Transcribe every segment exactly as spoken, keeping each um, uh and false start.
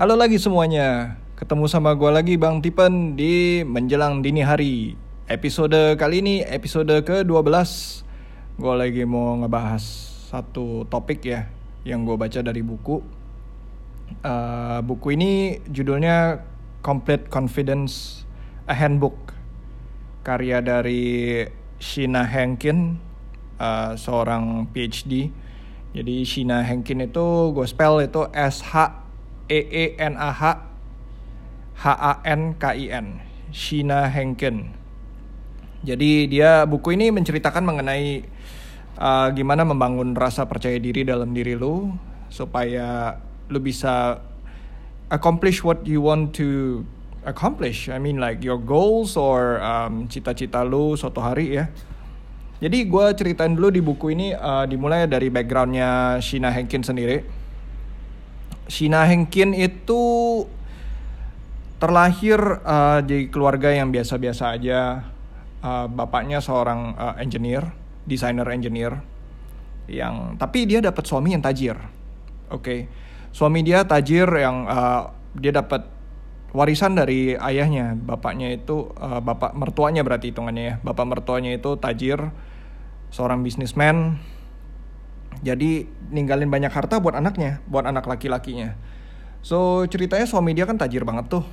Halo lagi semuanya, ketemu sama gue lagi Bang Tipen di Menjelang Dini Hari. Episode kali ini episode ke dua belas. Gue lagi mau ngebahas satu topik ya, yang gue baca dari buku. uh, Buku ini judulnya Complete Confidence, A Handbook, karya dari Sheena Hankin, uh, seorang P H D. Jadi Sheena Hankin itu gue spell itu S H E E N A H H A N K I N, Sheena Hankin. Jadi dia buku ini menceritakan mengenai uh, gimana membangun rasa percaya diri dalam diri lu supaya lu bisa accomplish what you want to accomplish. I mean like your goals or um, cita-cita lu suatu hari ya. Jadi gue ceritain dulu di buku ini, uh, dimulai dari backgroundnya Sheena Hankin sendiri. Sheena Hankin itu terlahir uh, di keluarga yang biasa-biasa aja. Uh, bapaknya seorang uh, engineer, desainer engineer, yang tapi dia dapat suami yang tajir. Oke, okay. Suami dia tajir yang uh, dia dapat warisan dari ayahnya. Bapaknya itu uh, bapak mertuanya berarti hitungannya ya. Bapak mertuanya itu tajir, seorang bisnismen. Jadi ninggalin banyak harta buat anaknya, buat anak laki-lakinya. So ceritanya suami dia kan tajir banget tuh.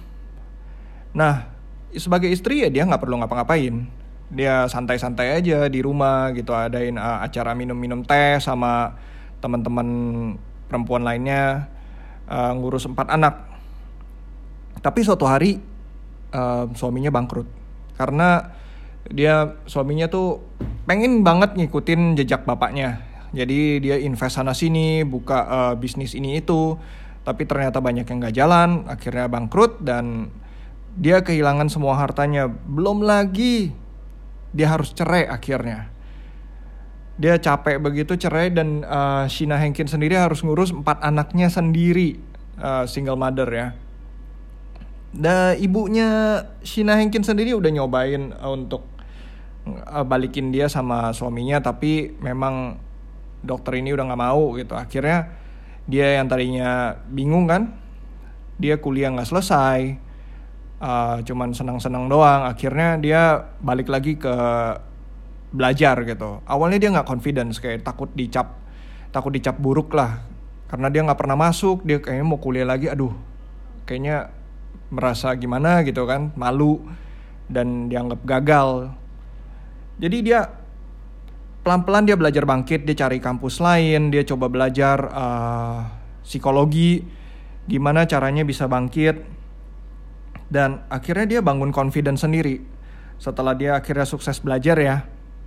Nah sebagai istri ya dia nggak perlu ngapa-ngapain. Dia santai-santai aja di rumah gitu, adain uh, acara minum-minum teh sama teman-teman perempuan lainnya, uh, ngurus empat anak. Tapi suatu hari uh, suaminya bangkrut karena dia suaminya tuh pengen banget ngikutin jejak bapaknya. Jadi dia invest sana sini, buka uh, bisnis ini itu, tapi ternyata banyak yang gak jalan, akhirnya bangkrut dan dia kehilangan semua hartanya. Belum lagi dia harus cerai akhirnya. Dia capek begitu cerai dan uh, Sheena Hankin sendiri harus ngurus empat anaknya sendiri, uh, single mother ya. Dan ibunya Sheena Hankin sendiri udah nyobain uh, untuk uh, balikin dia sama suaminya, tapi memang dokter ini udah gak mau gitu. Akhirnya dia yang tadinya bingung kan, dia kuliah gak selesai, uh, cuman senang-senang doang. Akhirnya dia balik lagi ke belajar gitu. Awalnya dia gak confidence, kayak takut dicap Takut dicap buruk lah, karena dia gak pernah masuk. Dia kayaknya mau kuliah lagi, aduh kayaknya merasa gimana gitu kan, malu dan dianggap gagal. Jadi dia pelan-pelan dia belajar bangkit, dia cari kampus lain, dia coba belajar uh, psikologi, gimana caranya bisa bangkit. Dan akhirnya dia bangun confidence sendiri setelah dia akhirnya sukses belajar ya.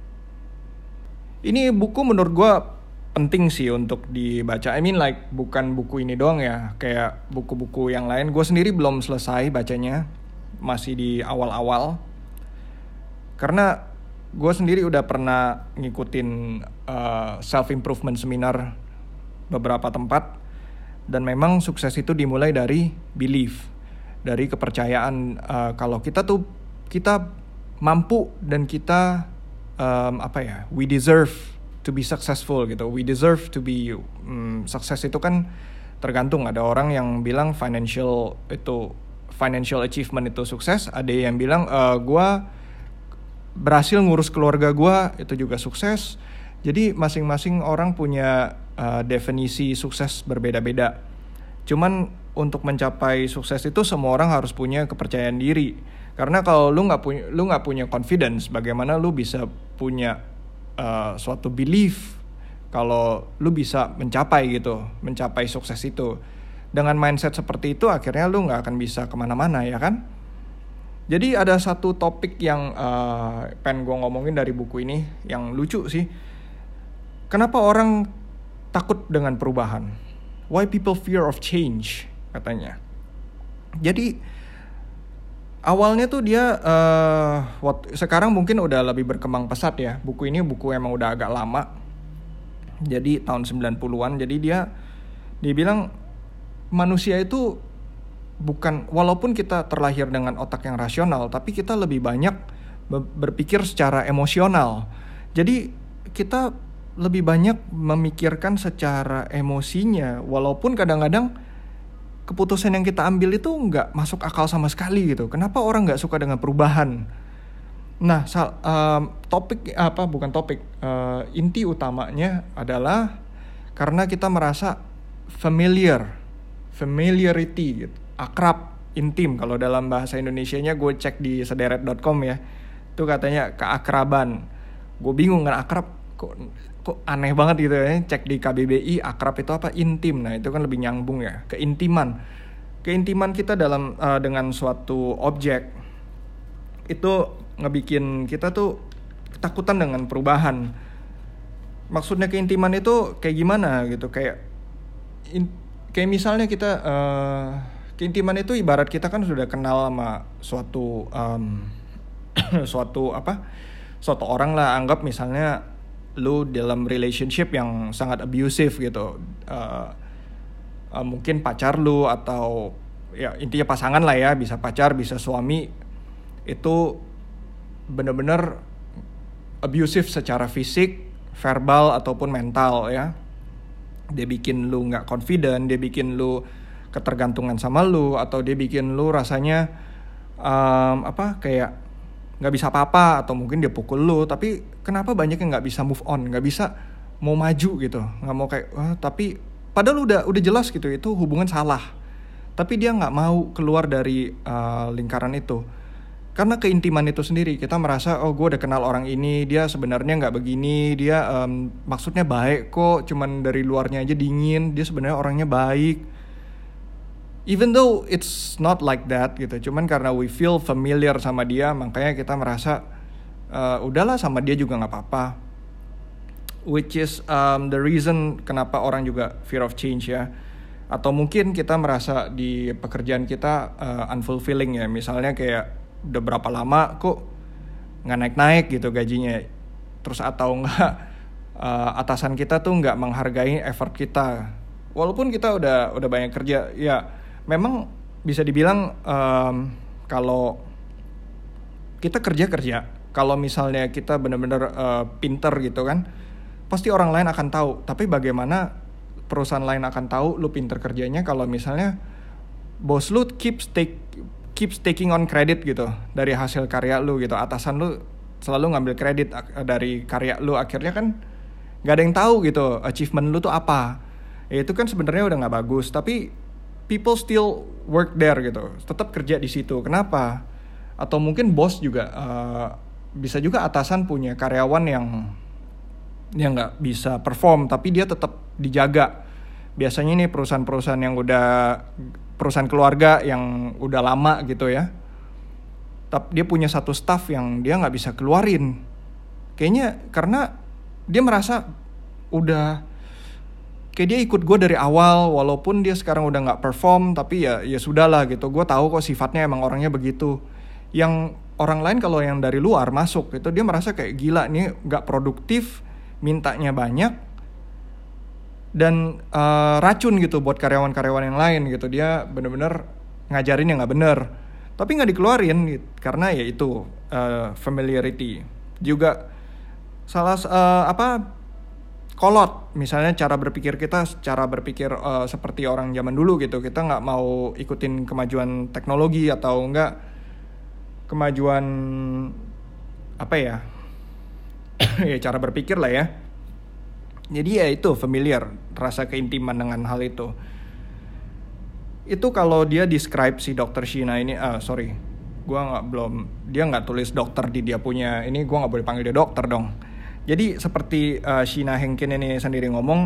Ini buku menurut gue penting sih untuk dibaca. I mean like bukan buku ini doang ya, kayak buku-buku yang lain. Gue sendiri belum selesai bacanya, masih di awal-awal. Karena gue sendiri udah pernah ngikutin uh, self-improvement seminar beberapa tempat. Dan memang sukses itu dimulai dari belief, dari kepercayaan uh, kalau kita tuh kita mampu dan kita um, apa ya, we deserve to be successful gitu. We deserve to be um, sukses itu kan tergantung. Ada orang yang bilang financial itu financial achievement itu sukses. Ada yang bilang uh, gue berhasil ngurus keluarga gue itu juga sukses. Jadi masing-masing orang punya uh, definisi sukses berbeda-beda. Cuman untuk mencapai sukses itu semua orang harus punya kepercayaan diri. Karena kalau lu nggak punya lu nggak punya confidence, bagaimana lu bisa punya uh, suatu belief kalau lu bisa mencapai gitu, mencapai sukses itu. Dengan mindset seperti itu akhirnya lu nggak akan bisa kemana-mana ya kan? Jadi ada satu topik yang uh, pengen gue ngomongin dari buku ini yang lucu sih. Kenapa orang takut dengan perubahan? Why people fear of change, katanya. Jadi awalnya tuh dia uh, what, sekarang mungkin udah lebih berkembang pesat ya. Buku ini buku emang udah agak lama. Jadi tahun sembilan puluhan. Jadi dia dia bilang manusia itu bukan, walaupun kita terlahir dengan otak yang rasional, tapi kita lebih banyak berpikir secara emosional. Jadi kita lebih banyak memikirkan secara emosinya, walaupun kadang-kadang keputusan yang kita ambil itu nggak masuk akal sama sekali gitu. Kenapa orang nggak suka dengan perubahan? Nah, sal, um, topik apa bukan topik uh, inti utamanya adalah karena kita merasa familiar, familiarity, gitu, akrab, intim. Kalau dalam bahasa Indonesianya gue cek di sederet dot com ya, itu katanya keakraban. Gue bingung kan akrab kok kok aneh banget gitu ya. Cek di K B B I akrab itu apa? Intim. Nah itu kan lebih nyambung ya, keintiman. Keintiman kita dalam uh, dengan suatu objek itu ngebikin kita tuh ketakutan dengan perubahan. Maksudnya keintiman itu kayak gimana gitu, kayak in, kayak misalnya kita uh, keintiman itu ibarat kita kan sudah kenal sama suatu um, suatu apa suatu orang lah, anggap misalnya lu dalam relationship yang sangat abusive gitu, uh, uh, mungkin pacar lu atau ya intinya pasangan lah ya, bisa pacar bisa suami, itu bener-bener abusive secara fisik, verbal ataupun mental ya. Dia bikin lu nggak confident, dia bikin lu ketergantungan sama lu, atau dia bikin lu rasanya um, apa kayak nggak bisa apa-apa, atau mungkin dia pukul lu. Tapi kenapa banyak yang nggak bisa move on, nggak bisa mau maju gitu, nggak mau kayak wah, tapi padahal udah udah jelas gitu itu hubungan salah, tapi dia nggak mau keluar dari uh, lingkaran itu karena keintiman itu sendiri. Kita merasa oh gue udah kenal orang ini, dia sebenarnya nggak begini, dia um, maksudnya baik kok, cuman dari luarnya aja dingin, dia sebenarnya orangnya baik. Even though it's not like that gitu, cuman karena we feel familiar sama dia, makanya kita merasa uh, udahlah sama dia juga nggak apa-apa. Which is um, the reason kenapa orang juga fear of change ya. Atau mungkin kita merasa di pekerjaan kita uh, unfulfilling ya, misalnya kayak udah berapa lama kok nggak naik-naik gitu gajinya, terus atau nggak uh, atasan kita tuh nggak menghargai effort kita, walaupun kita udah udah banyak kerja ya. Memang bisa dibilang um, kalau kita kerja-kerja, kalau misalnya kita benar-benar uh, pinter gitu kan, pasti orang lain akan tahu. Tapi bagaimana perusahaan lain akan tahu lu pinter kerjanya kalau misalnya bos lu keeps take keeps taking on credit gitu dari hasil karya lu gitu. Atasan lu selalu ngambil kredit dari karya lu, akhirnya kan nggak ada yang tahu gitu achievement lu tuh apa. Ya, itu kan sebenarnya udah nggak bagus, tapi people still work there gitu, tetap kerja di situ. Kenapa? Atau mungkin bos juga uh, bisa juga atasan punya karyawan yang yang nggak bisa perform, tapi dia tetap dijaga. Biasanya ini perusahaan-perusahaan yang udah perusahaan keluarga yang udah lama gitu ya, tapi dia punya satu staff yang dia nggak bisa keluarin. Kayaknya karena dia merasa udah kayak dia ikut gue dari awal, walaupun dia sekarang udah nggak perform, tapi ya ya sudahlah gitu. Gue tahu kok sifatnya emang orangnya begitu. Yang orang lain kalau yang dari luar masuk gitu, dia merasa kayak gila nih, nggak produktif, mintanya banyak, dan uh, racun gitu buat karyawan-karyawan yang lain gitu. Dia bener-bener ngajarin yang nggak bener, tapi nggak dikeluarin gitu, karena ya itu uh, familiarity. Juga salah uh, apa? kolot, misalnya cara berpikir kita, cara berpikir uh, seperti orang zaman dulu gitu. Kita nggak mau ikutin kemajuan teknologi atau enggak kemajuan apa ya ya cara berpikir lah ya. Jadi ya itu familiar, rasa keintiman dengan hal itu. Itu kalau dia describe si dokter Sheena ini, ah sorry, gua nggak belum dia nggak tulis dokter di dia punya ini, gua nggak boleh panggil dia dokter dong. Jadi seperti uh, Sheena Henkin ini sendiri ngomong,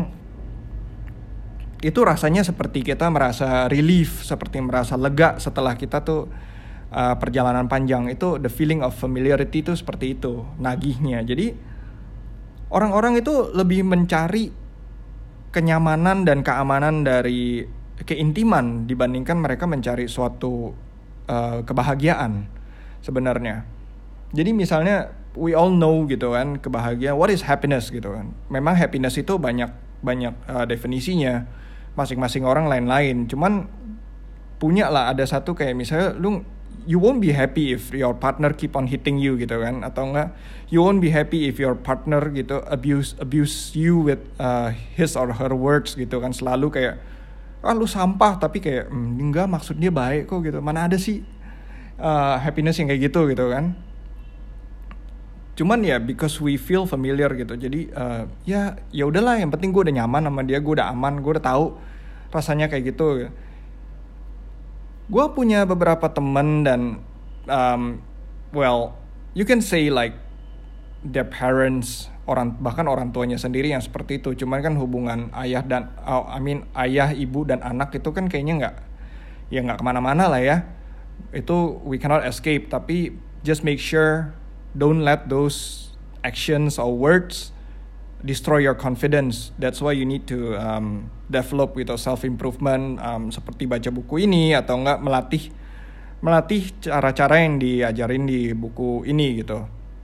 itu rasanya seperti kita merasa relief, seperti merasa lega setelah kita tuh uh, perjalanan panjang. Itu the feeling of familiarity itu seperti itu, nagihnya. Jadi orang-orang itu lebih mencari kenyamanan dan keamanan dari keintiman dibandingkan mereka mencari suatu uh, kebahagiaan sebenarnya. Jadi misalnya we all know gitu kan, kebahagiaan, what is happiness gitu kan. Memang happiness itu banyak banyak uh, definisinya, masing-masing orang lain-lain. Cuman punya lah ada satu kayak misalnya lu you won't be happy if your partner keep on hitting you gitu kan, atau enggak you won't be happy if your partner gitu abuse abuse you with uh, his or her words gitu kan, selalu kayak ah lu sampah, tapi kayak mm, enggak, maksud dia baik kok gitu. Mana ada sih uh, happiness yang kayak gitu gitu kan. Cuman ya because we feel familiar gitu, jadi uh, ya ya udahlah, yang penting gue udah nyaman sama dia, gue udah aman, gue udah tahu rasanya kayak gitu. Gue punya beberapa temen dan um, well, you can say like their parents, orang bahkan orang tuanya sendiri yang seperti itu. Cuman kan hubungan ayah dan oh, I mean ayah, ibu dan anak itu kan kayaknya nggak, ya nggak kemana-mana lah ya. Itu we cannot escape. Tapi just make sure don't let those actions or words destroy your confidence. That's why you need to um, develop gitu self improvement, um, seperti baca buku ini atau enggak melatih melatih cara-cara yang diajarin di buku ini gitu.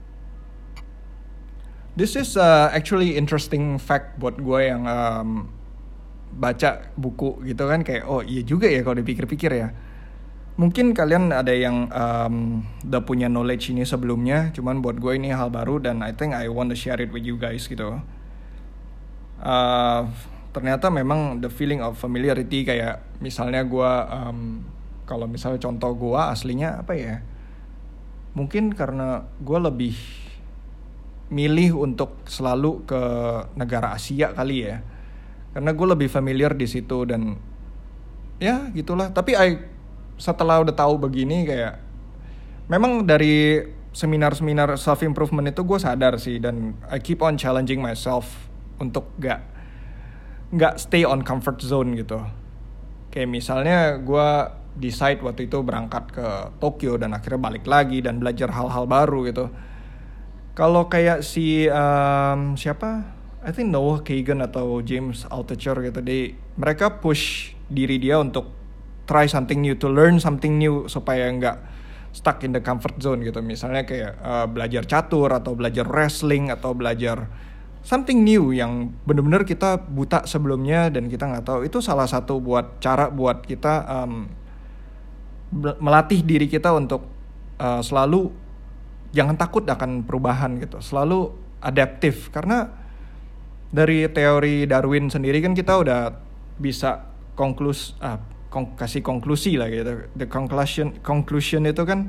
This is uh, actually interesting fact buat gue yang um, baca buku gitu kan, kayak oh iya juga ya kalau dipikir-pikir ya. Mungkin kalian ada yang um, udah punya knowledge ini sebelumnya, cuman buat gue ini hal baru dan I think I want to share it with you guys gitu. Uh, ternyata memang the feeling of familiarity, kayak misalnya gue um, kalau misalnya contoh gue aslinya apa ya, mungkin karena gue lebih milih untuk selalu ke negara Asia kali ya, karena gue lebih familiar di situ dan ya gitulah. Tapi I, setelah udah tahu begini, kayak memang dari seminar-seminar self improvement itu gue sadar sih, dan I keep on challenging myself untuk gak gak stay on comfort zone gitu. Kayak misalnya gue decide waktu itu berangkat ke Tokyo dan akhirnya balik lagi dan belajar hal-hal baru gitu. Kalau kayak si um, siapa, I think Noah Kagan atau James Altucher gitu, they, mereka push diri dia untuk try something new, to learn something new supaya nggak stuck in the comfort zone gitu. Misalnya kayak uh, belajar catur atau belajar wrestling atau belajar something new yang benar-benar kita buta sebelumnya dan kita nggak tahu. Itu salah satu buat cara buat kita um, melatih diri kita untuk uh, selalu jangan takut akan perubahan gitu, selalu adaptif. Karena dari teori Darwin sendiri kan kita udah bisa konklus, ah, kong, kasih konklusi lah gitu. The conclusion, conclusion itu kan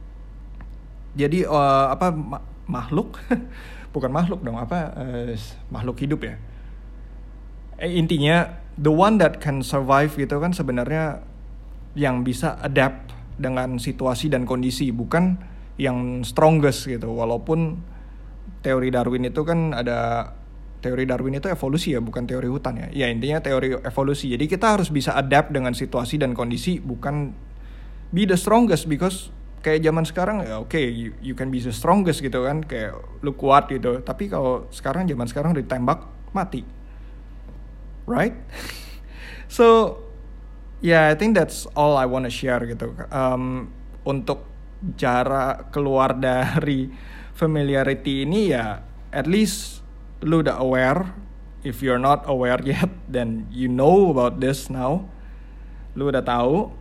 jadi uh, apa ma- makhluk, bukan makhluk dong, apa uh, makhluk hidup ya. Eh, intinya the one that can survive gitu kan sebenarnya yang bisa adapt dengan situasi dan kondisi, bukan yang strongest gitu. Walaupun teori Darwin itu kan ada, teori Darwin itu evolusi ya, bukan teori hutan ya. Ya intinya teori evolusi. Jadi kita harus bisa adapt dengan situasi dan kondisi, bukan be the strongest. Because kayak zaman sekarang ya oke, okay, you, you can be the strongest gitu kan, kayak lu kuat gitu. Tapi kalau sekarang, zaman sekarang ditembak mati, right? So yeah, I think that's all I wanna share gitu. Um, untuk cara keluar dari familiarity ini ya, at least lu udah aware. If you're not aware yet, then you know about this now. Lu udah tahu.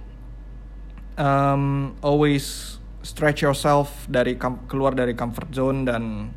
Um, always stretch yourself dari com- keluar dari comfort zone, dan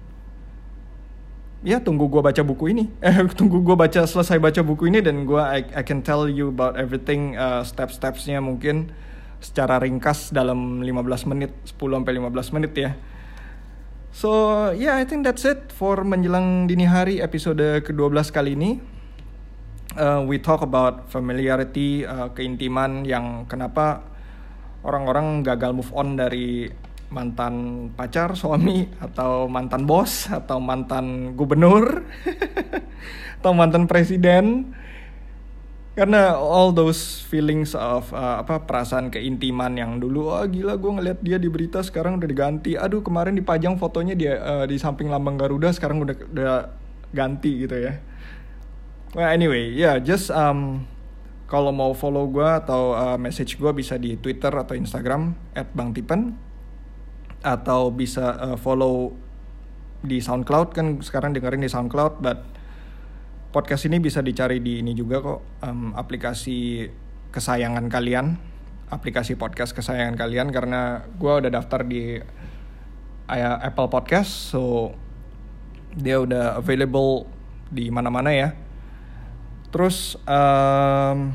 ya tunggu gue baca buku ini. Eh tunggu gue baca selesai baca buku ini, dan gue I, I can tell you about everything, uh, step-stepsnya mungkin secara ringkas dalam lima belas menit, sepuluh sampai lima belas menit ya. So yeah, I think that's it for menjelang dini hari episode kedua belas kali ini. Uh, we talk about familiarity, uh, keintiman yang kenapa orang-orang gagal move on dari mantan pacar, suami, atau mantan bos, atau mantan gubernur, atau mantan presiden. Karena all those feelings of uh, apa perasaan keintiman yang dulu, oh gila gue ngeliat dia di berita sekarang udah diganti, aduh kemarin dipajang fotonya dia uh, di samping lambang Garuda, sekarang udah udah ganti gitu ya. Well anyway, ya yeah, just um, kalau mau follow gue atau uh, message gue bisa di Twitter atau Instagram at bang tipen, atau bisa uh, follow di SoundCloud, kan sekarang dengerin di SoundCloud, but podcast ini bisa dicari di ini juga kok, um, aplikasi kesayangan kalian, aplikasi podcast kesayangan kalian, karena gue udah daftar di uh, Apple Podcast, so dia udah available di mana-mana ya. Terus um,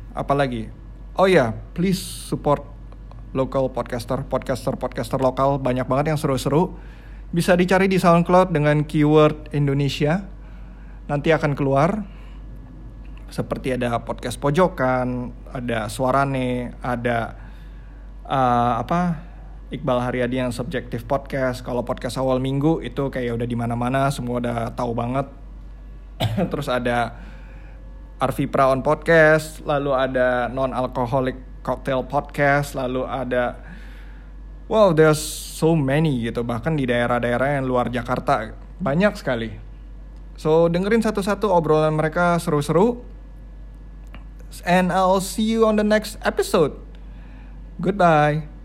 Apalagi? Oh ya, please support local podcaster, podcaster-podcaster lokal. Banyak banget yang seru-seru. Bisa dicari di SoundCloud dengan keyword Indonesia. Nanti akan keluar. Seperti ada podcast pojokan, ada Suarane, ada uh, apa Iqbal Haryadi yang subjektif podcast. Kalau podcast awal minggu itu kayak udah di mana-mana, semua udah tahu banget. Terus ada Arvi Praon podcast, lalu ada Non Alcoholic Cocktail podcast, lalu ada wow, there's so many gitu, bahkan di daerah-daerah yang luar Jakarta banyak sekali. So dengerin satu-satu obrolan mereka seru-seru. And I'll see you on the next episode. Goodbye.